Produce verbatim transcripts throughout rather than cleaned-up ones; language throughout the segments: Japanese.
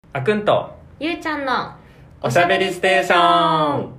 あくんとゆうちゃんのおしゃべりステーション。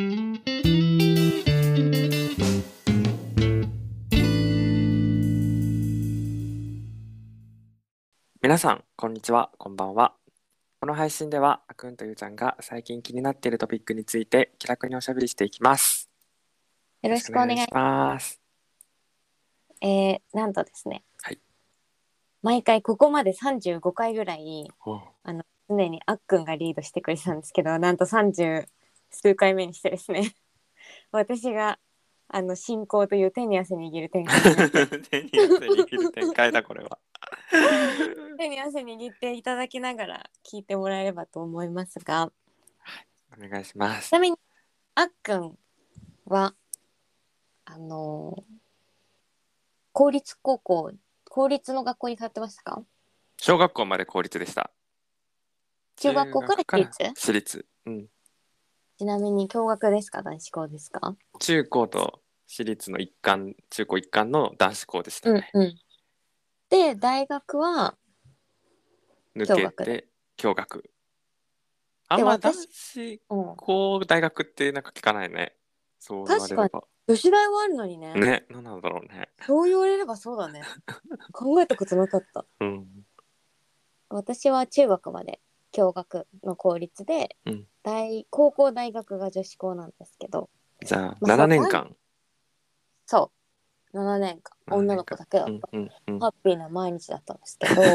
皆さんこんにちは、こんばんは。この配信ではあくんとゆうちゃんが最近気になっているトピックについて気楽におしゃべりしていきます。 よろしくお願いします。 えー、なんとですね、 はい、 毎回ここまでさんじゅうごかいぐらいおあの常にあっくんがリードしてくれてたんですけど、なんとさんじゅう数回目にしてですね私があの進行という手に汗握る展開になって手に汗握る展開だこれは手に汗握っていただきながら聞いてもらえればと思いますが、 お願いします。 ちなみにあっくんはあの公立高校公立の学校に通ってましたか？ 小学校まで公立でした。 中学校から中学から私立？ 私立、うん、 ちなみに共学ですか男子校ですか？ 中高と私立の一貫、中高一貫の男子校でしたね。 うんうん。で大学は抜共学で。 けて共学。あんま男で私、 子うん、 校大学ってなんか聞かないね。そう言わ確かにれれば。 女子大はあるのにね。 ね、何なんだろうね。 そう言われればそうだね。考えたことなかった。 うん。 私は中学まで共学の公立で、 うん。 大高校大学が女子校なんですけど、 じゃあ、 まあ、そ 7 うなん年間。 そうななねんかん 7 女の子年間。 だけだった。 うんうんうん。 ハッピーな毎日だったんですけど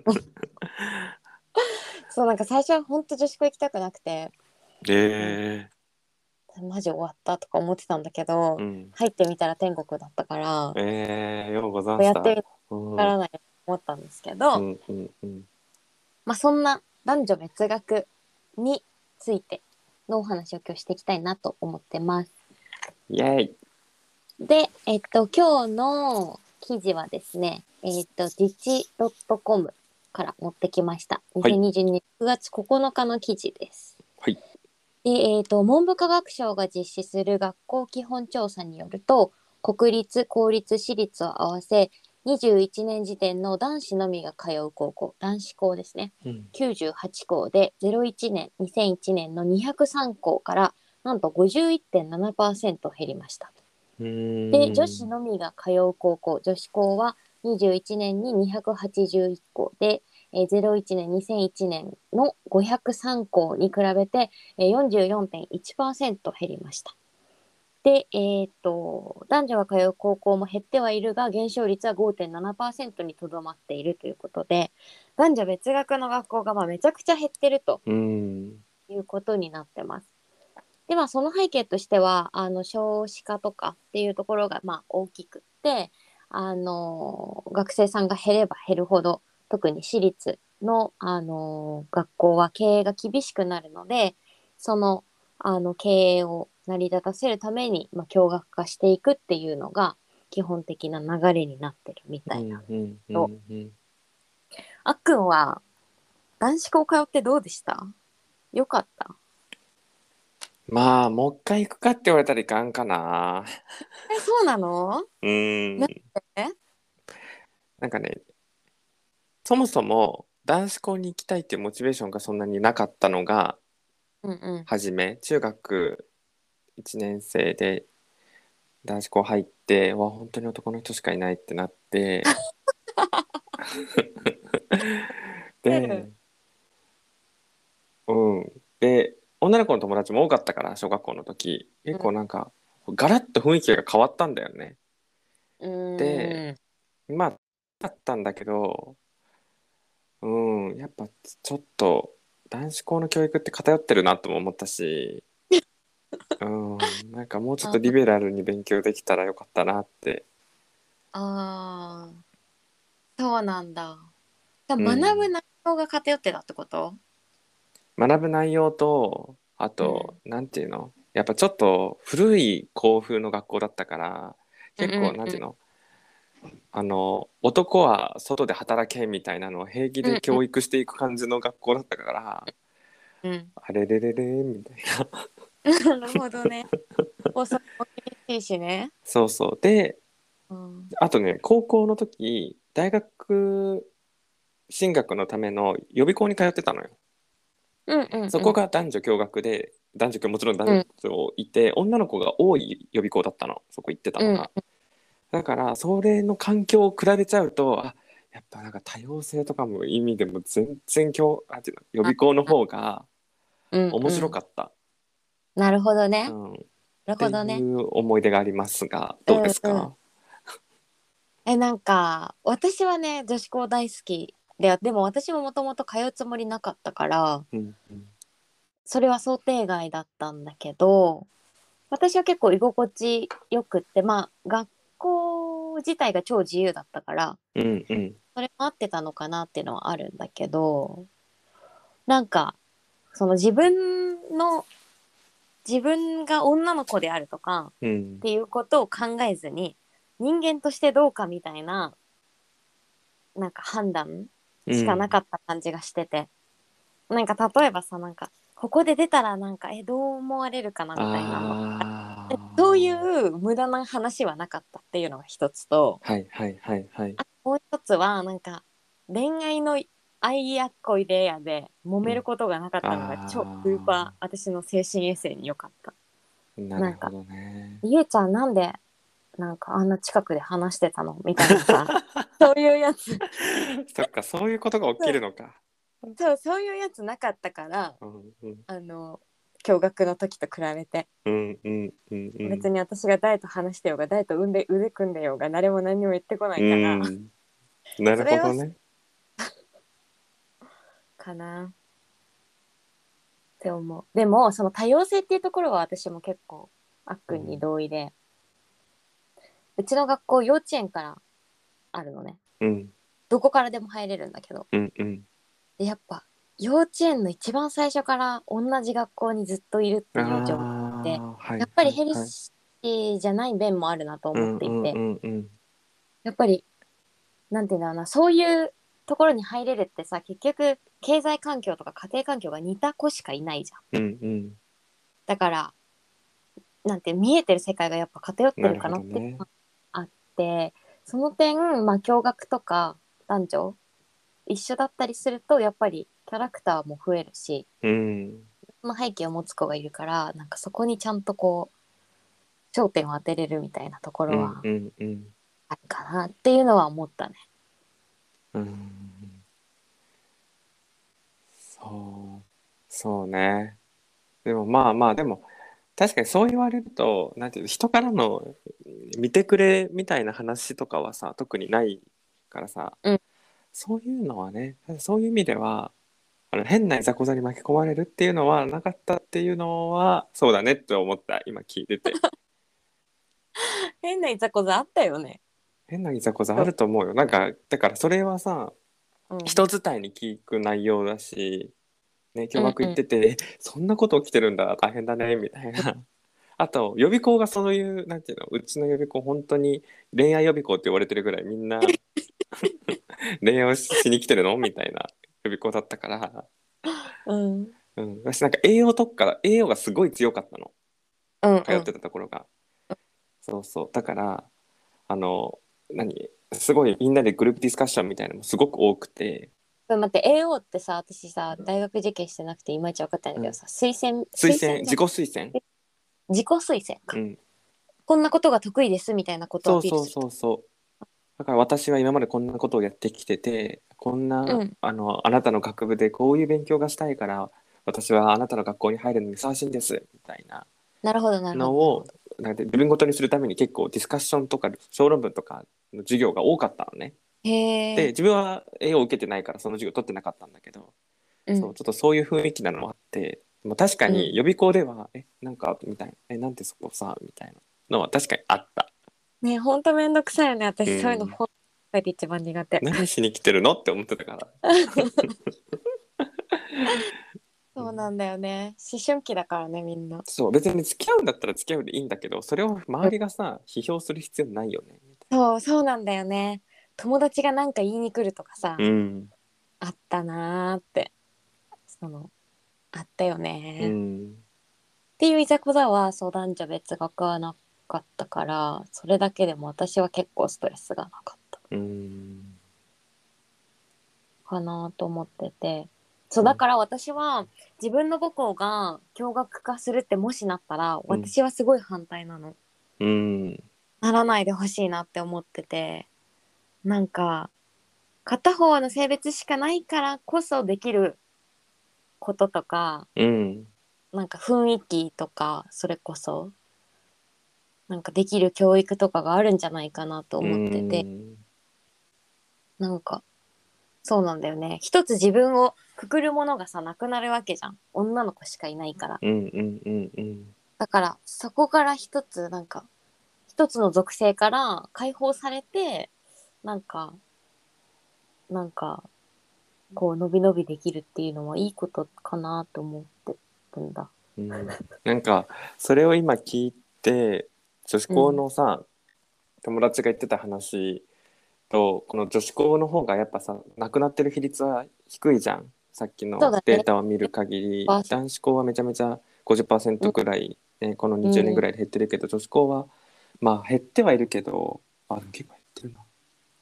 そうなんか最初は本当女子校行きたくなくて、なんえマジ終わったとか思ってたんだけど、 ー、うん。 入ってみたら天国だったからえー、ようござんした。 やってみたうん。うんらないと思ったんですけど、 うんうん。 まあ、そんな男女別学についてのお話を今日していきたいなと思ってます。 イェイ。 で、えっと、今日の記事はですね、えっと、自治 .com から持ってきました。 はい。 にせんにじゅうにねんくがつここのかの記事です。 はい。 で、えっと、文部科学省が実施する学校基本調査によると、国立、公立、私立を合わせ、にじゅういちねん時点の男子のみが通う高校、男子校ですね、 うん。 きゅうじゅうはち校で、ゼロいちねん、にせんいちねんのにひゃくさん校から、なんと ごじゅういってんななパーセント 減りました。 うで、女ーん。 子のみが通う高校、女子校はにじゅういちねんににひゃくはちじゅういち校で、えー、ゼロいちねん、にせんいちねんのごひゃくさん校に比べて、えー、よんじゅうよんてんいちパーセント 減りました。で、えーっと、男女が通う高校も減ってはいるが、減少率は ごてんななパーセント にとどまっているということで、男女別学の学校がまあめちゃくちゃ減ってるとうーん。 いうことになってます。ではその背景としてはあの少子化とかっていうところがまあ大きくってあの学生さんが減れば減るほど特に私立の、あの学校は経営が厳しくなるのでその、あの経営を成り立たせるために、まあ、共学化していくっていうのが基本的な流れになってるみうたいなんんうんうと、 んうん。 あっくんは男子校通ってどうでした？よかった？ まあ、もう一回行くかって言われたらいかんかな。 え、そうなの？ うーなんん。 で？ なんかね、そもそも男子校に行きたいっていうモチベーションがそんなになかったのがうんうん。 初め、中学いちねん生で男子校入って、わ、本当に男の人しかいないってなって、で、うん。で、女の子の友達も多かったから、小学校の時、結構なんか、ガラッと雰囲気が変わったんだよね。 うで、 ーん。 まあ、だったんだけど、うん、やっぱちょっと男子校の教育って偏ってるなとも思ったし、うん、なんかもうちょっとあリベラルに勉強できたらよかったなって。 あー、そうなんだ。だうん。 学ぶ内容が偏ってたってこと？ 学ぶ内容と、あと、 うん。 なんていうのやっぱちょっと古い校風の学校だったから、 うん結構、 うんなんていうのあの、男は外で働けみたいなのを平気うんうんで教育していく感じの学校だったから、 うん。 あれれれれみたいな。 なるほどね。放送も厳しいしね。 そうそう。で、 うん。 あとね、高校の時、大学進学のための予備校に通ってたのよ。 うんうんうん。 そこが男女共学で、男女共もちろん男うん女いて、女の子が多い予備校だったの、そこ行ってたうんのが。だからそれの環境を比べちゃうと、あ、やっぱなんか多様性とかも意味でも全然教あていうの予備校の方がうん面うん。 白かった、 なるほどね。 うん、っなるてほどね。 いう思い出がありますが、 うどうでんうん。 すか？ え、なんか、私はね、女子校大好きで、でも私ももともと通うつもりなかったから、 うんうんそれは想定外だったんだけど、私は結構居心地よくって、まあ、学校自体が超自由だったから、 うんうんそれも合ってたのかなっていうのはあるんだけど、なんか、その自分の、自分が女の子であるとかうんっていうことを考えずに、人間としてどうかみたいな、なんか判断しかなかうんった感じがしてて。なんか例えばさ、なんか、ここで出たらなんか、え、どう思われるかなみたいなの。 あそういあ、 う無駄な話はなかったっていうのが一つと、 はいはいはいはい。 あもう一つは、なんか、恋愛の愛やっこいでやで揉めるうん、 ことがなかったのが超スーパーあ私の精神衛生に良かった。 あ、ななんか、 るほどね。 ゆうちゃんなんで、なんかあんな近くで話してたのみたいなさ、そういうやつ、 そっか、そういうことが起そう、 きるのか。 そう、そういうやつなかったから、 うんうんあの、共学の時と比べて。 うんうんうんうん別に私が誰と話してようが誰と産んで腕組んでようが誰も何にも言ってこなういからん、なるそれはほどね。 かなって思う。でもその多様性っていうところは私も結構あっくんにうん同意で、うちの学校幼稚園からあるのね。 うんどこからでも入れるんだけど、 うんうんでやっぱ幼稚園の一番最初から同じ学校にずっといるっていう状態で、 ああ、はいやっぱりヘルはいはい。 シーじゃない面もあるなと思っうんうんうていて、 んうんやっぱりなんていうんだろうな、そういうところに入れるってさ、結局、経済環境とか家庭環境が似た子しかいないじゃん。 うんうん。 だから、なんて見えてる世界がやっぱ偏ってなるほるかなってどね。 あって、その点、まあ、共学とか男女一緒だったりすると、やっぱりキャラクターも増えるし、 うんその背景を持つ子がいるから、なんかそこにちゃんとこう、焦点を当てれるみたいなところはうんうんうんあるかなっていうのは思ったね。 うん。そうそうね。でもまあまあでも確かにそう言われると、なんていうの、人からの見てくれみたいな話とかはさ、特にないからさ、 うん。 そういうのはね、そういう意味では、あの変ないざこざに巻き込まれるっていうのはなかったっていうのは、そうだねって思った、今聞いてて。 変ないざこざあったよね。 変ないざこざあそう。 ると思うよ。なんか、だからそれはさ、 うん。 人伝いに聞く内容だし、ね、共学行っうんうん。 てて、えそんなこと起きてるんだ、大変だね、みたいな。あと、予備校がそういう、なんていうの、うちの予備校、本当に恋愛予備校って言われてるぐらい、みんな恋愛をしに来てるのみたいな予備校だったから、 うん。 うん、私なんか栄養特化、栄養がすごい強かったの、 うんうん。 通ってたところが。そうそう。だから、あの、何すごいみんなでグループディスカッションみたいなのもすごく多くて、 これ待って、エーオー ってさ、私さ、大学受験してなくていまいち分かったんだうん、 けどさ、推薦、 推薦、 推薦じゃん。 自己推薦、 え自己推薦か。 うん、 こんなことが得意ですみたいなことをアそうそうピールすると。 そうそう。だから私は今までこんなことをやってきてて、こんな、 うん。 あの、あなたの学部でこういう勉強がしたいから、私はあなたの学校に入るのにふさわしいんです、みたいななるほど、なるほど、なるほのを、 ど。 なんて自分ごとにするために結構ディスカッションとか小論文とかの授業が多かったのね。 へで、 え。 自分は絵を受けてないからその授業取ってなかったんだけど、そう、 うん。 ちょっとそういう雰囲気なのもあって、でも確かうん。 に予備校では、え、なんか、みたいな、え、なんでそこさ、みたいなのは確かにあった。 ね、ほんとめんどくさいよね。私、そういうのうん。 ほんと一番苦手。 何しに来てるのって思ってたから。うん、 そうなんだよね。思春期だからね、みんな。 そう、別に付き合うんだったら付き合うでいいんだけど、それをうん。 周りがさ、批評する必要ないよね、みたいそう、そうなんだよね。友達がなんか言いに来るとかさ、 な。うん。 あったなーって。その、あったようね。 ん。 っていういざこざはそう男女別学はなかったから、それだけでも私は結構ストレスがなかったうん。 かなと思ってて。 そうだから私は自分の母校が共学化するってもしなったら、 うん私はすごい反対なの。 うんならないでほしいなって思ってて、なんか片方の性別しかないからこそできることとか、 うんなんか雰囲気とか、それこそなんかできる教育とかがあるんじゃないかなとう思ってて、 んなんかそうなんだよね。一つ自分をくくるものがさなくなるわけじゃん。女の子しかいないから。 うんうんうんうんだからそこから一つなんか一つの属性から解放されて、なんかなんかこう伸び伸びできるっていうのはいいことかなと思ってるんだ。 うん、なんかそれを今聞いて女子校うん。 のさ、友達が言ってた話とこの女子校の方がやっぱさ亡くなってる比率は低いじゃん。さっきのデーそうだね。 タを見る限りあ男子校はめちゃめちゃごじゅっパーセントうんくらい、ね、このうにじゅうねんぐんらいで減ってるけど、女子校はまあ減ってはいるけど、あでも結構減ってるな、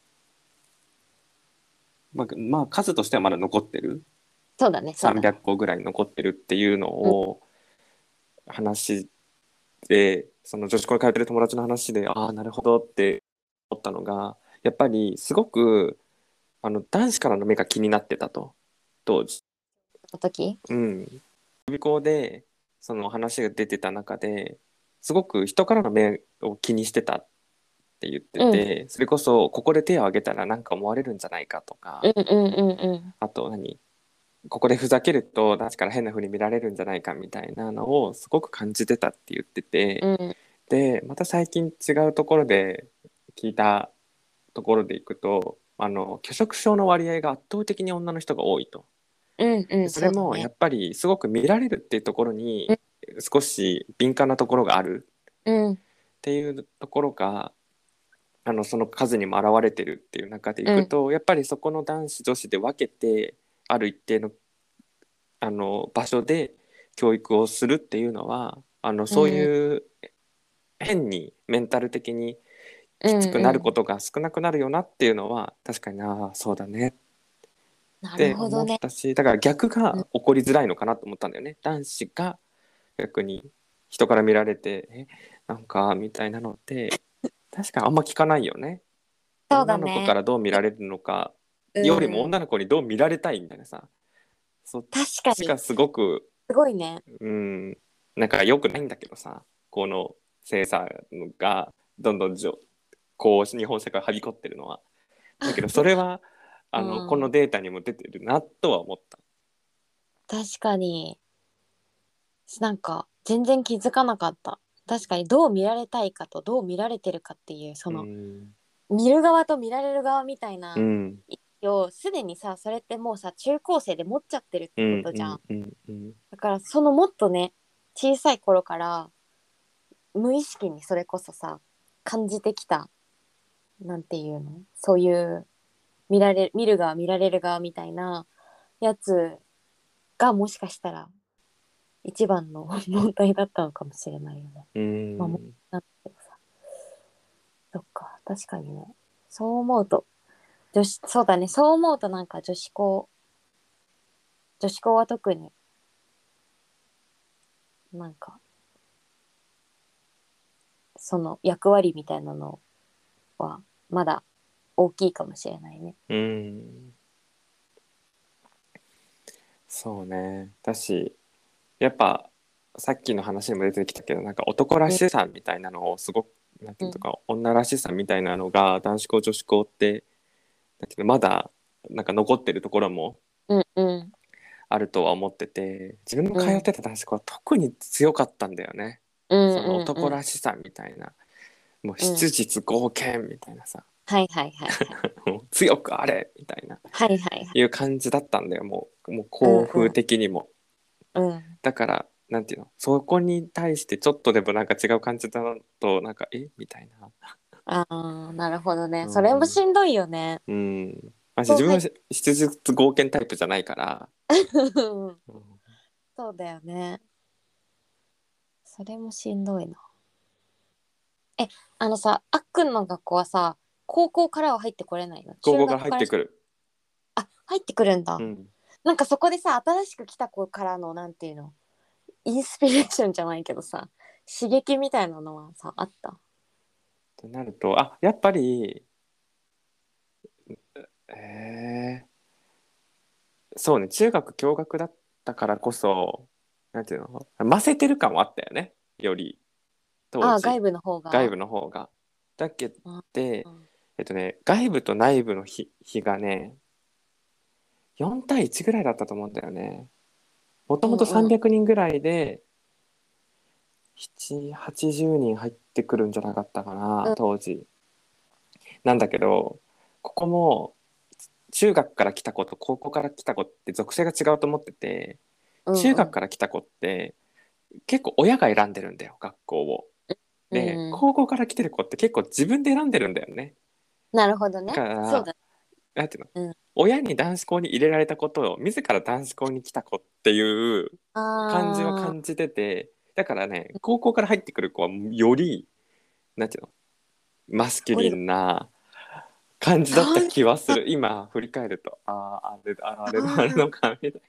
まあ、まあ数としてはまだ残ってる、 そうだねそうだ 300 ね。 校ぐらい残ってるっていうのうんを話で、その女子校に通ってる友達の話で、ああなるほどって思ったのが、やっぱりすごくあの男子からの目が気になってたと、当時。 の時。 うん。予備校でその話が出てた中ですごく人からの目を気にしてたって言ってうんて、それこそここで手を挙げたら何か思われるんじゃないかとか、 うんうんうんうんあと何ここでふざけると男子から変な風に見られるんじゃないかみたいなのをすごく感じてたって言ってて、 うんでまた最近違うところで聞いたところでいくと、あの拒食症の割合が圧倒的に女の人が多いと。 うんうん。 でそれそうだね。 もやっぱりすごく見られるっていうところに少し敏感なところがあるうんっていうところが、あのその数にも表れてるっていう中でいうんくと、やっぱりそこの男子女子で分けてある一定の、あの場所で教育をするっていうのは、あのそううんいう変にメンタル的にうきつくなるこんうん。 とが少なくなるよなっていうのは確かにな、そうだねっなるて思っほどね。 たし、だから逆うんが起こりづらいのかなと思ったんだよね。男子が逆に人から見られてえなんかみたいなのって確かにあんま聞かないよね。 そうだ女の子かね。 らどう見られるのかうよりもん。 女の子にどう見られたいみたいなさ、そっ確かに。 ちがすごく、 すごいね。 うん、なんか良くないんだけどさ、この性差がどんどんじょこう日本社会をはびこってるのは。だけどそれはうあのこのん。 データにも出てるなとは思った。 確かに。なんか全然気づかなかった。確かにどう見られたいかとどう見られてるかっていうそうのん見る側と見られる側みたいなうん意識をすでにさ、それってもうさ中高生で持っちゃってるっうてこんうんとじゃん。 うんうんだからそのもっとね、小さい頃から無意識にそれこそさ感じてきた、なんていうの、そういう見られ見る側見られる側みたいなやつがもしかしたら一番の問題だったのかもしれないよね。 うまあ、もんなんだけどさ。そっか、確かにね。そう思うと、女子、そうだね、そう思うとなんか女子校、女子校は特になんか、その役割みたいなのはまだ大きいかもしれないね。 うんそうね。だしやっぱさっきの話にも出てきたけど、なんか男らうんしさみたいなのをすごく、なんてうんいうのか、女らしさみたいなのが男子校女子校ってだけどまだなんか残ってるところもうんうんあるとは思ってて、自分のうん通ってた男子校は特に強かったんだよね。 うんそのうんうん男らしさみたいな、もううん。 質実剛健みたいなさ、 はいはいはいはい。 もう強くあれみたいなはいはいはい。 いう感じだったんだよ。もうもううん校風的にも。 うんうん。 だからなんていうの、そこに対してちょっとでもなんか違う感じだとなんかえみたいな。 ああ、なるほどね。それもうんしんどいよね。 うん。ましそう、はい。 自分は質実剛健タイプじゃないから、うん、 そうだよね。それもしんどいな。え、あのさ、あっくんの学校はさ、高校からは入ってこれないの？中高校から学からし、 入ってくる。 あ、入ってくるんだ。 うんなんかそこでさ、新しく来た子からのなんていうの、インスピレーションじゃないけどさ、刺激みたいなのはさ、あった？ となると、あ、やっぱり、えー、そうね、中学共学だったからこそ、なんていうの、ませてる感はあったよね、より、当ああ、外時、 部の方が。 外部の方が。だけど、 あで、 あ、 えっとね、外部と内部の比、比がね、よん対いちぐらいだったと思うんだよね。もともとうんうん。 さんびゃくにんぐらいで、なな、はちじゅうにん入ってくるんじゃなかったかな、 うん当時。なんだけど、ここも中学から来た子と高校から来た子って属性が違うと思ってて、中学うんうん。 から来た子って結構親が選んでるんだよ、学校を。で、 うん。 高校から来てる子って結構自分で選んでるんだよね。 なるほどだね。 から、 そうだ。 なんていうの、 うん。 親に男子校に入れられたことを自ら男子校に来た子っていう感じはあ感じてて、だからね、高校から入ってくる子はより、なんていうの、マスキュリゴリゴンな感じだったリ。 気はする。今振り返ると、ああ、あれだ、あれだ、あれあのかみたい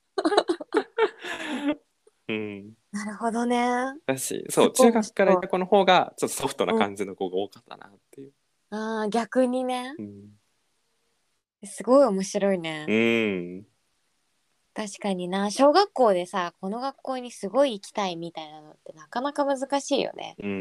な。うん。 あ、なるほどね。 だし、そう、 すごい中学からい面白い。 た子の方が、ちょっとソフトなうん。 感じの子が多かったなっていう。 ああ、逆にね。 うん。 すごい面白いうね。 ん。 確かにな。小学校でさ、この学校にすごい行きたいみたいなのってなかなか難しいよね。 うん。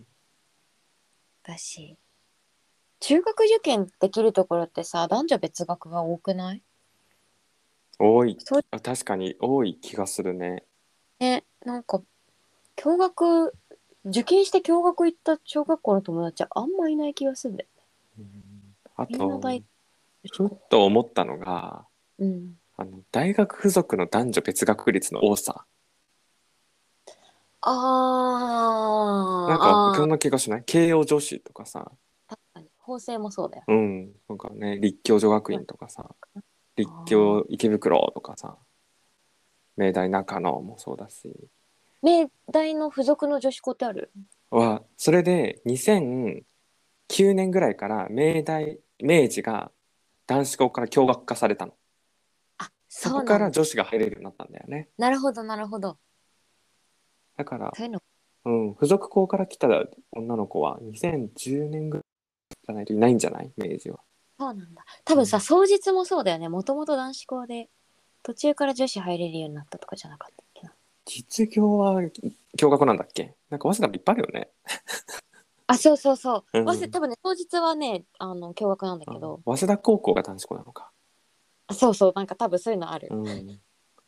だし。中学受験できるところってさ、男女別学が多くない？ 多い。 そうあ、確かに多い気がするね。 ね。なんか、共学、受験して共学行った小学校の友達あんまいない気がするんだよね。 うん、あと、 みんな大女子ふっ校。 と思ったのが、 うん。 あの、大学附属の男女別学率の多さ。 あなんか、 ーあー、 そんな気がしない？慶応女子とかさ、 確かに。法政もそうだよね。 うん、なんかね、立教女学うん。 院とかさ、立ああ。 教池袋とかさ、明大中野もそうだし、 明大の付属の女子校ってある？ は、それでにせんきゅうねんぐらいから明大、明治が男子校から共学化されたの。 あ、 そこからそうなんだ。 女子が入れるようになったんだよね。 なるほど、なるほど。 だから、 そういうの。 うん、付属校から来た女の子はにせんじゅうねんぐらいじゃないといないんじゃない？明治は。 そうなんだ。多分さ、 うん、 双日もそうだよね。もともと男子校で、途中から女子入れるようになったとかじゃなかったっけな。 実業は共学なんだっけ？なんか早稲田いっぱいあるよね。 あ、そうそうそう。わせ、 うん。 多分ね、当日はね、あの、共学なんだけあ、 ど、 早稲田高校が男子校なのか。 あ、そうそう、なんか多分そういうのある。 うん。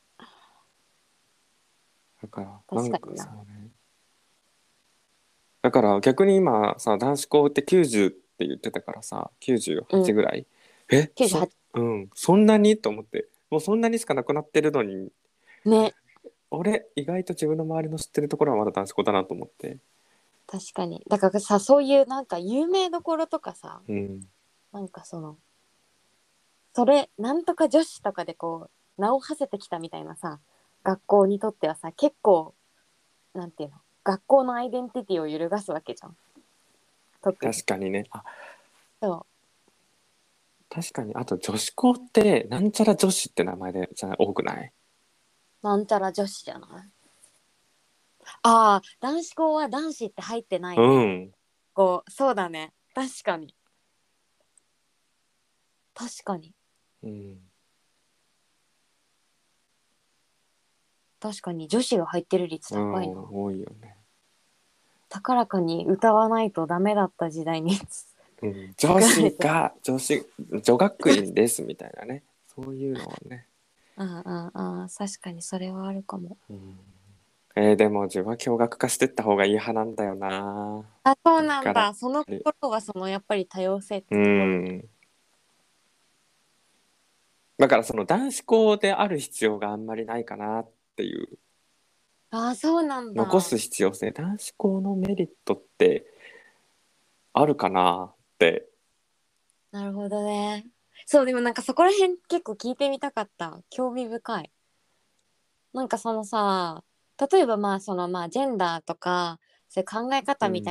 だから、なんか確かにな。 さね。だから逆に今さ、男子校ってきゅうじゅうって言ってたからさ、 うん。 きゅうじゅうはちぐらい。え、そ、 きゅうじゅうはち。 うん、そんなにと思って。もうそんなにしかなくなってるのに、 ね。 俺、意外と自分の周りの知ってるところはまだ男子校だなと思って。 確かに。だからさ、そういうなんか有名どころとかさ、 うん。 なんかその、それ、なんとか女子とかでこう、名を馳せてきたみたいなさ、学校にとってはさ、結構、なんていうの、学校のアイデンティティを揺るがすわけじゃん。特に。 確かにね。あ、 そ確かに。あと女子校って、なんちゃら女子って名前でじゃ多くない？ う。なんちゃら女子じゃない？ああ、男子校は男子って入ってなういね。 ん。 こう、そうだね。確かに。確かに。 うん。 確かに女子が入ってる率うん、 高いな。 多いよね。 高らかに歌わないとダメだった時代にうん。女作られて。 子が、女子、女学院ですみたいなね。そういうのはね。 ああ、ああ、確かにそれはあるかも。 うん、えーでも自分は共学化してった方がいい派なんだよな。 あ、そうだから、 なんだ。その頃はそのやっぱり多様性っうてところに。 ん。だからその男子校である必要があんまりないかなっていう、 ああ、そうなん残すだ。 必要性、男子校のメリットってあるかなって。 なるほどね。そう、でもなんかそこら辺結構聞いてみたかった。興味深い。なんかそのさ、例えばまあそのまあジェンダーとか、そういう考え方みたいうん。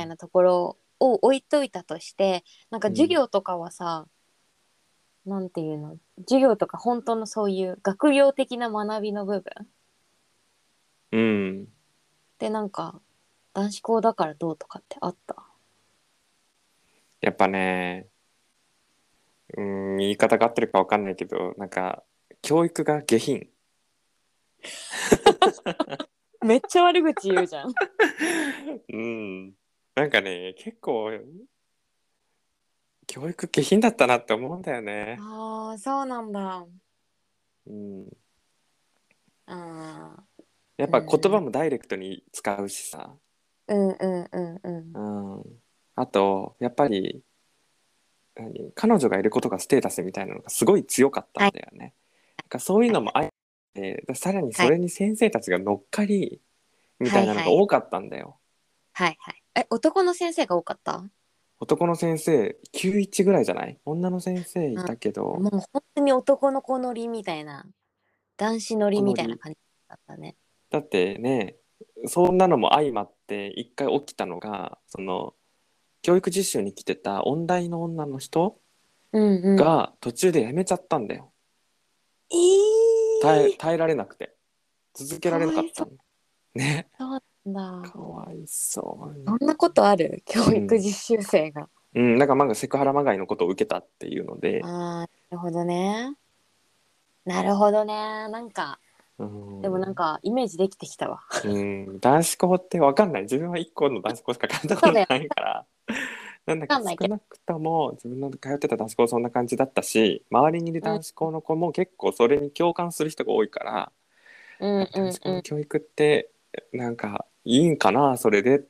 なところを置いといたとして、なんかうん。 授業とかはさ、 なんていうの、授業とか本当のそういう学業的な学びの部分うんでなんか男子校だからどうとかってあった？ やっぱね、うん、言い方が合ってるかわかんないけど、なんか教育が下品。 めっちゃ悪口言うじゃん。 うん、なんかね、結構教育下品だったなって思うんだよね。 ああ、そうなんだ。 うん、 ああ、 やっうぱ言葉ん、 もダイレクトに使うしさ。 うんうんうんうん。 うん、あとやっぱり何彼女がいることがステータスみたいなのがすごい強かったはいんだよね。なんかそういうはいのもあって、さらにはいそれに先生たちが乗っかりみたいなのはいはいが多かったんだよ。 はいはい。え、男の先生が多かった？ 男の先生きゅういちぐらいじゃない？女の先生いたけど、 うん、もう本当に男の子乗りみたいな、男子乗りこのりみたいな感じだったね。 だってね、そんなのも相まって一回起きたのが、その教育実習に来てた音大の女の人うんうん。 が途中で辞めちゃったんだよ。 え耐え、 ー、 耐えられなくて続けらかれなわいそう。 かったのね。 そうなんだ。 かわいそうに。 そんなことある？教うん、 育実習生が。 うん、なんかまあセクハラまがいのことを受けたっていうので、 ああ、なるほどね。なるほどね。なんか、 うでもなんん、 かイメージできてきたわ。 うん、男子校ってわかんない。自分は一個の男子校しか通ったことそうだよ。 ないから。なんだけどわかんないけど。 少なくとも自分の通ってた男子校そんな感じだったし、周りにいるうん男子校の子も結構それに共感する人が多いから、 うんあ男子校うんの教育ってなんかいいんかなそれでって。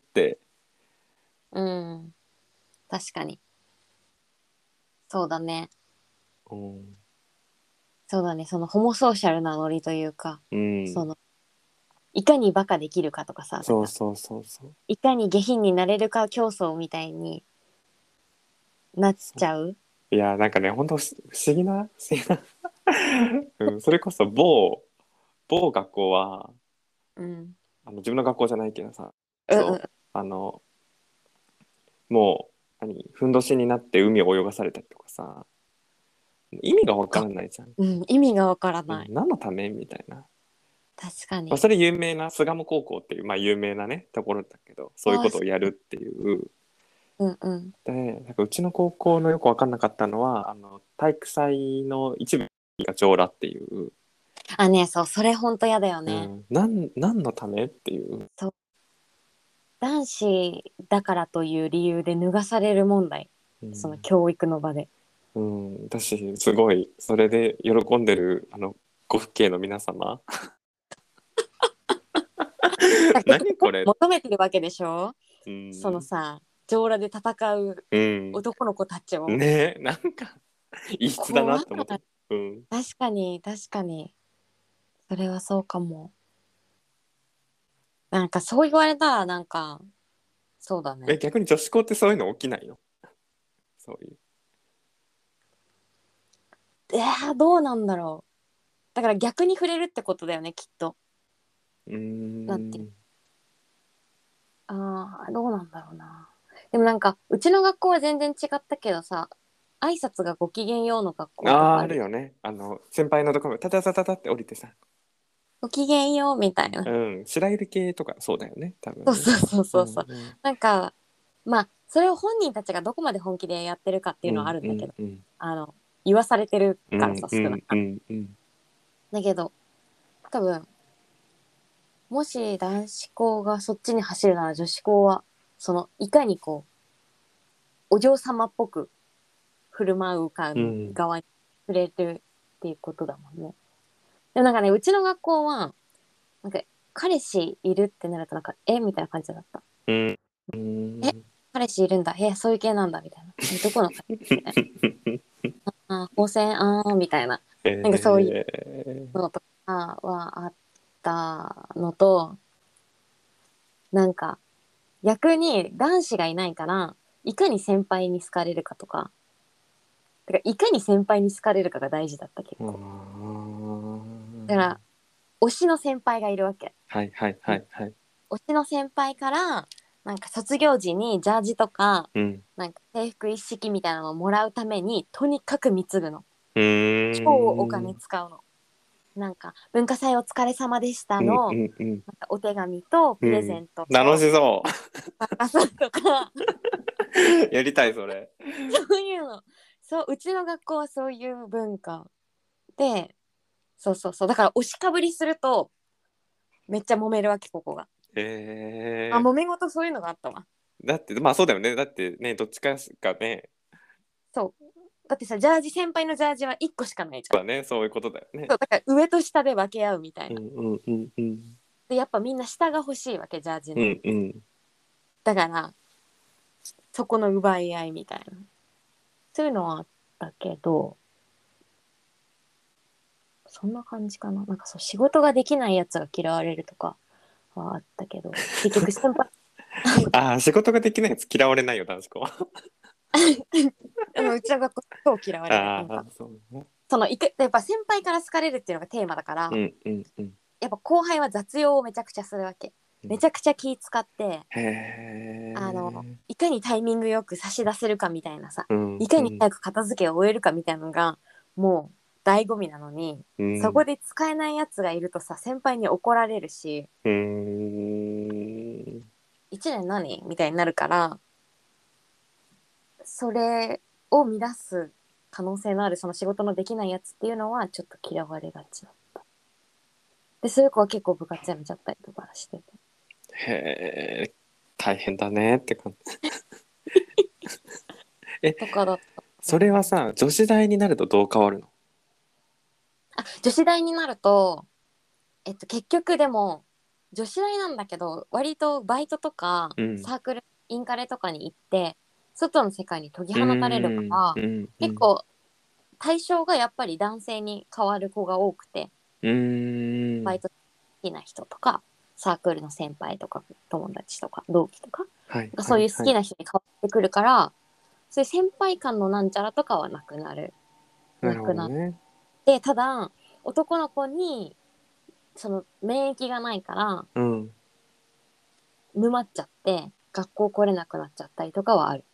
うん。うん。確かに。そうだね。 うん、 そうだね。そのホモソーシャルなノリというか、 うん、 その、いかにバカできるかとかさ、なんか、 そうそうそうそういかに下品になれるか競争みたいになっそう。 ちゃう。 いやなんかね本当不思議な不思議な、うん、それこそ某某学校はうん。 あの自分の学校じゃないけどさ、 うんうん。 そうあのもう何ふんどしになって海を泳がされたりとかさ、意味がわかが、 らないじゃん、 うん、意味がわからうん、 ない。 何のためみたいな、まあ、 確かに。 それ有名な巣鴨高校っていう、まあ、有名なねところだけど、そういうああ、 ことをやるっていう。 うんうん。 でなんかうちの高校のよく分かんなかったのはあの体育祭の一部が上裸っていう、 あ、ね、そう、それほんとやだよね。 うん、なん何のためっていう、 そう、男子だからという理由で脱がされる問題。そのうん教育の場で。 うん、私すごいそれで喜んでるあのご父兄の皆様だから何これ、 求めてるわけでしょ？ うそのん、 さ、上裸で戦ううん、 男の子たちを。 ねえなんか異質だな怖い。 って思って、うん、 確かに、確かに。それはそうかも。なんかそう言われたら、なんか、そうだね。 え逆に女子校ってそういうの起きないの？そういう、 えー、どうなんだろう。だから逆に触れるってことだよね、きっと。 うーなんて。 ん、 ああ、どうなんだろうな。でもなんか、うちの学校は全然違ったけどさ、挨拶がご機嫌ようの学校とあーかある。 あるよね、あの先輩のところタタタタタって降りてさ、 ご機嫌ようみたいな。 うん、白百合系とかそうだよね多分ね。 そうそうそううそうそう。 んうんなんか、まあ、それを本人たちがどこまで本気でやってるかっていうのはあうんるんだけど、 うんうんあの、言わされてるうからさ、 んうんう少なから。 んうん、 だけど、多分、もし男子校がそっちに走るなら女子校は、その、いかにこう、お嬢様っぽく振る舞うかのうん側に触れるっていうことだもんね。でもなんかね、うちの学校は、なんか、彼氏いるってなるとなんか、えみたいな感じだった。 うんうえ、 ん、 彼氏いるんだ。え、そういう系なんだみたいな。え、どこの彼氏みたいな。あ、高専、あーみたいな。なんかそういうえのとかはあったのと、なんか、逆に男子がいないから、いかに先輩に好かれるかとか、てかいかに先輩に好かれるかが大事だった結ー、 構。 あだから、推しの先輩がいるわけ。 はいはいはいはい。 推しの先輩から、なんか卒業時にジャージとか、 うんなんか制服一式みたいなのをもらうために、とにかく貢ぐの。 ー超お金ん。 使うの。なんか文化祭お疲れ様でしたうんのうんうん。 なんかお手紙とうん。 プレゼント楽としそ渡すとかう。やりたい、それ。 そういうの。そう、うちの学校はそういう文化で、そうそうそう。だから押しかぶりするとめっちゃ揉めるわけ、ここが。あ、 え揉め事そういうのがあったわ。 ー、だって、まあそうだよね。だってね、どっちかがね、 そう。だってさ、ジャージ、先輩のジャージはいっこしかないじゃん。 そうだね、そういうことだよね。 そう、だから上と下で分け合うみたいな。 うんうんうんうん。 で、やっぱみんな下が欲しいわけ、ジャージうの。 んうん。 だから、そこの奪い合いみたいな。そういうのはあったけど、そんな感じかな。なんかそう、仕事ができないやつが嫌われるとかはあったけど、結局先輩、 ああ、仕事ができないやつ嫌われないよ、男子校は。 あのうちの学校超嫌われる。なんか、 ああ、そうね。 その、いく、やっぱ先輩から好かれるっていうのがテーマだから、 うんうんうん。 やっぱ後輩は雑用をめちゃくちゃするわけ。めちゃくちゃ気使って、 へあの、 え。 いかにタイミングよく差し出せるかみたいなさ、 うんいかにうん早く片付けを終えるかみたいなのが、もう醍醐味なのに、 うん。 そこで使えないやつがいるとさ、先輩に怒られるし、 うーん。 一年何みたいになるから、それを乱す可能性のあるその仕事のできないやつっていうのはちょっと嫌われがちだった。で、そういう子は結構部活やめちゃったりとかしてて。 へえ。大変だねって感じ。え、 とかだったかそれはな。 さ、女子大になるとどう変わるの？ あ、女子大になると、えっと、結局でも、女子大なんだけど、割とバイトとかうん。 サークル、インカレとかに行って、外の世界に研ぎう放たれるかーん。 ら、 うんうん。 結構対象がやっぱり男性に変わる子が多くて、 うーん。 バイト好きな人とか、サークルの先輩とか、友達とか、同期とか、 はいそういう好はいはい。 きな人に変わってくるから、そういう先輩間のなんちゃらとかはなくなる。 なるほなくなっどね。 て、ただ、男の子に、その免疫がないから、 うん。 沼っちゃって、学校来れなくなっちゃったりとかはある。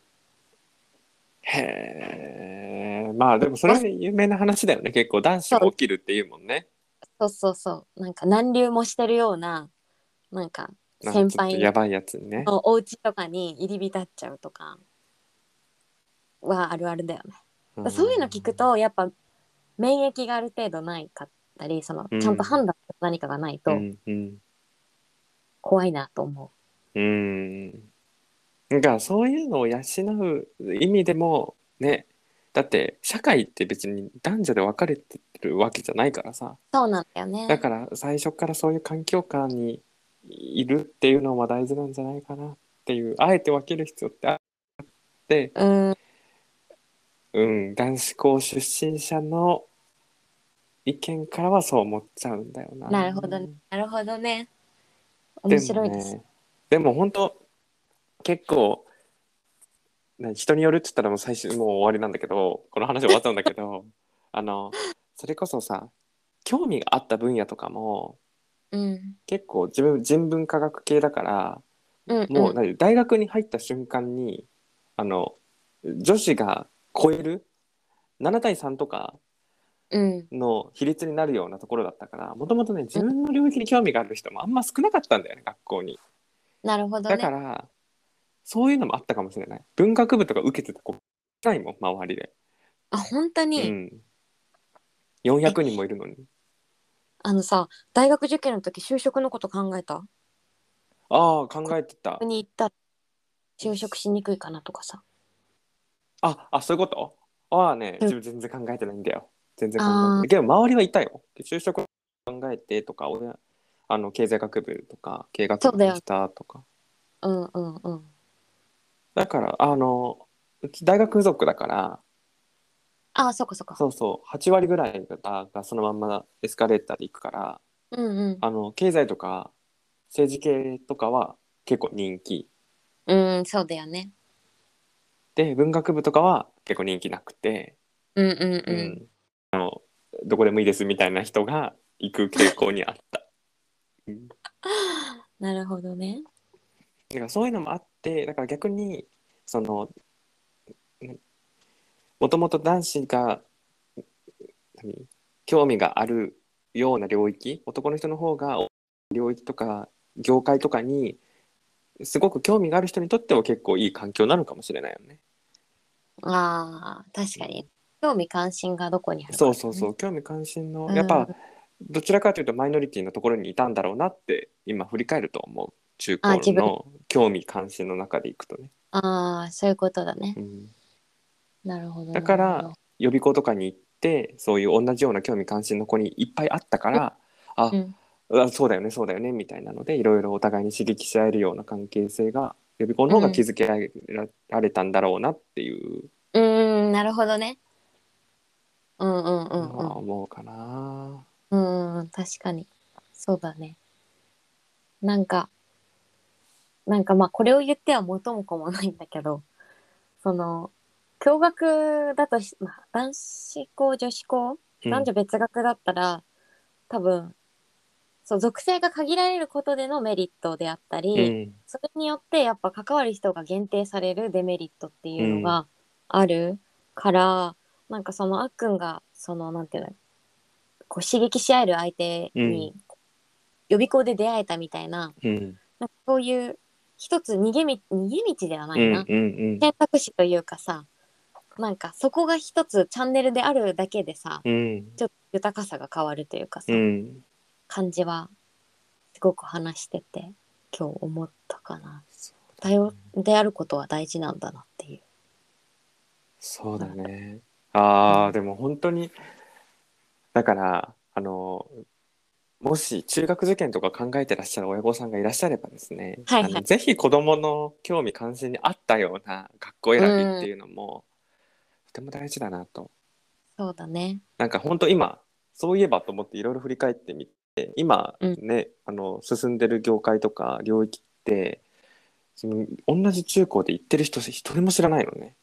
へえ。まあでもそれわは有名な話だよね。結構男子そうも起きるっていうもんね。 そうそうそう。なんか何流もしてるような、なんかまあ先輩ちょっとやばいやつにね。 のお家とかに入り浸っちゃうとかはあるあるだよね。 うだそういうの聞くん。 と、やっぱ免疫がある程度ないかったり、そのちゃんとうん。 判断する何かがないとうんうん。 怖いなと思うん。だからそういうのを養う意味でもね、だって社会って別に男女で分かれてるわけじゃないからさ。 う。そうなんだよね。 だから最初からそういう環境下にいるっていうのは大事なんじゃないかなっていう、あえて分ける必要ってあって、 うん、 うん、男子校出身者の意見からはそう思っちゃうんだよな。 なるほどね。なるほどね。面でも白いです。 ね、でも本当結構、ね、人によるって言ったらもう最終もう終わりなんだけど、この話終わっちゃうんだけど、あの、それこそさ、興味があった分野とかもうん。 結構自分人文科学系だから、 うんうん。 もう何大学に入った瞬間にあの女子が超えるなな対さんとかうん。 の比率になるようなところだったから、もともとね自うん。 分の領域に興味がある人もあんま少なかったんだよね、学校に。 なるほどだかね。 らそういうのもあったかもしれない。文学部とか受けてた子少ないもん、周りで。 あ、本当に。 うん。400 え、 人もいるのに。 あのさ、大学受験の時就職のこと考えた？ ああ、考こえてた。 こに行ったら就職しにくいかなとかさ。 ああ、そういうこと。ああね、 うん。 自分全然考えてないんだよ。全然考えてない。 あけど周りはいたよ。就職考えてとか、俺、あの、経済学部とか、経営ー、そうだよ。 学部にしたとか。 うんうんうん。 だから、あの、うち大学附属だから、 ああ、そっかそっか。 そうそう、はち割ぐらいががそのまんまエスカレーターで行くから、 うんうん。 あの、経済とか政治系とかは結構人気。 うん、そうだよね。 で、文学部とかは結構人気なくて、 うんうんうん。 うん、どこでもいいですみたいな人が行く傾向にあった。うん、 なるほどね。 だからそういうのもあって、だから逆にそのもともと男子が何興味があるような領域、男の人の方が領域とか業界とかにすごく興味がある人にとっては結構いい環境なのかもしれないよね。 ああ、確かに。興味関心がどこにあるかだね。 そうそうそう、興味関心のうん。 やっぱどちらかというとマイノリティのところにいたんだろうなって今振り返ると思う。中あ、自分。 高の興味関心の中でいくとね。 ああ、そういうことだね。 うん、 なるほど、 だからなるほど。 予備校とかに行ってそういう同じような興味関心の子にいっぱいあったかうん。 ら、あ、 うん。 あそうだよねそうだよねみたいなのでいろいろお互いに刺激し合えるような関係性が予備校の方がうん。 築けられたんだろうなっていううーん、なるほどね。うんうんうんのうん。 は思うかな。 うーん、確かに。そうだね。なんか、なんかまあ、これを言っては元も子もないんだけど、その、共学だとし、まあ、男子校、女子校、 うん男女別学だったら、多分、そう、属性が限られることでのメリットであったり、 うんそれによってやっぱ関わる人が限定されるデメリットっていうんうのがあるから、なんかそのあっくんが、その、なんていうの、こう刺激し合える相手うんに予備校で出会えたみたいな、 うんなんかそういう一つ逃げみ、逃げ道ではないな。 うんうん選択肢というかさ、なんかそこが一つチャンネルであるだけでさ、 うんちょっと豊かさが変わるというかうさ、 ん。 感じはすごく話してて今日思ったかな。 そうだ多様であることは大事なんだなっていう。 そうだ改めね。ああ、 うん。 でも本当に、だから、あの、もし中学受験とか考えてらっしゃる親御さんがいらっしゃればですね、あの、 はいはい。 ぜひ子供の興味関心に合ったような学校う選びってん。 いうのも、とても大事だなと。 そうだね。 なんか本当今、そういえばと思っていろいろ振り返ってみて、今うん。 ね、あの、進んでる業界とか領域って、その同じ中高で行ってる人一人も知らないのね。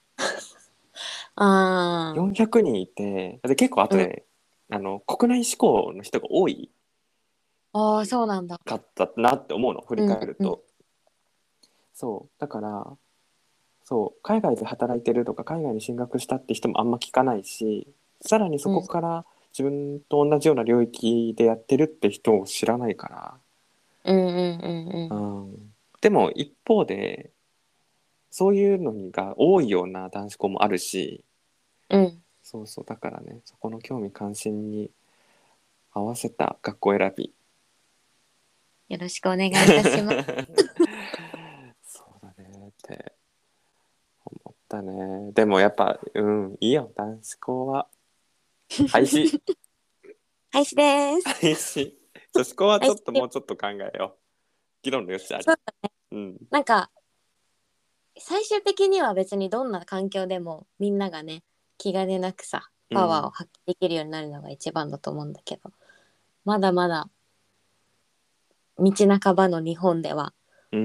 あよんひゃくにんいて、で結構ああ。うん。 とで、あの、国内志向の人が多いああ、そうなんだ。 かったなって思うの、振りうんうん。 返ると。そう、だから、そう、海外で働いてるとか、海外に進学したって人もあんま聞かないし、さらにそうんこから自分と同じような領域でやってるって人を知らないかうんうんうんうら。 ん。 うん。でも一方で、そういうのが多いような男子校もあるし、 うん。 そうそう、だからね、そこの興味関心に合わせた学校選び。 よろしくお願いいたします。 そうだねって思ったね。でもやっぱ、うん、いいよ、男子校は。廃止。 廃止です。 廃止。女子校はちょっと廃止。 もうちょっと考えよう。議論の余地あり。 そうだね。 うん。 なんか、最終的には別にどんな環境でもみんながね、気兼ねなくさ、パワーをうん。 発揮できるようになるのが一番だと思うんだけど、まだまだ道半ばの日本では、 うん。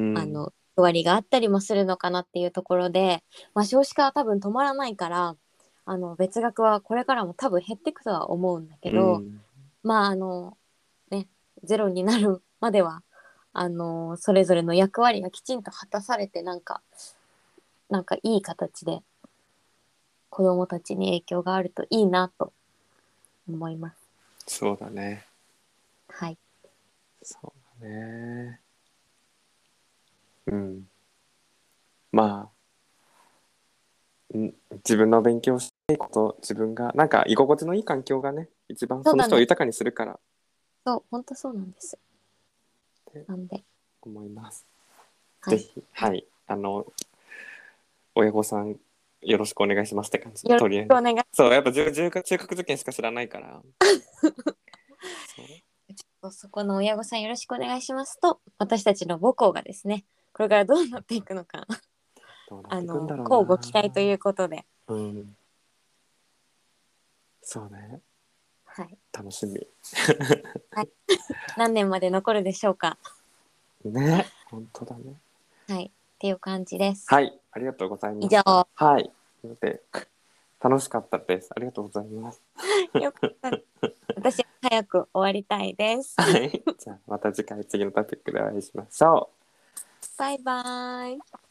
あの、役割があったりもするのかなっていうところで、まあ、少子化は多分止まらないから、あの、別学はこれからも多分減っていくとは思うんだけど、 うん。 まあ、あの、ね、ゼロになるまでは、あの、それぞれの役割がきちんと果たされて、なんか、なんかいい形で子供たちに影響があるといいなと思います。 そうだね。 はい。 そうだね。うん。まあ、ん自分の勉強したいこと、自分が、なんか居心地のいい環境がね、一番そのそうだね。 人を豊かにするからっそう、本当そうなんです。 てなんで、 思います。 はい。 ぜひ、はい。あの、親御さんよろしくお願いしますって感じ。 よろしとりあえず。 くお願い。 そう、やっぱ中中学中学受験しか知らないから。そう。 ちょっとそこの親御さんよろしくお願いしますと、私たちの母校がですね、これからどうなっていくのか、 どうなっていくんだあの、 ろう乞うご期待といな。 うことで、 うん。そうね。 はい。 楽しみ。 はい、何年まで残るでしょうか。 ね。本当だね。 はい。っていう感じです。 はい。ありがとうござい以上。 ました。はい。で、楽しかったです。ありがとうございます。 よかった。私は早く終わりたいです。 はい。じゃあまた次回次のトピックでお会いしましょう。 バイバーイ。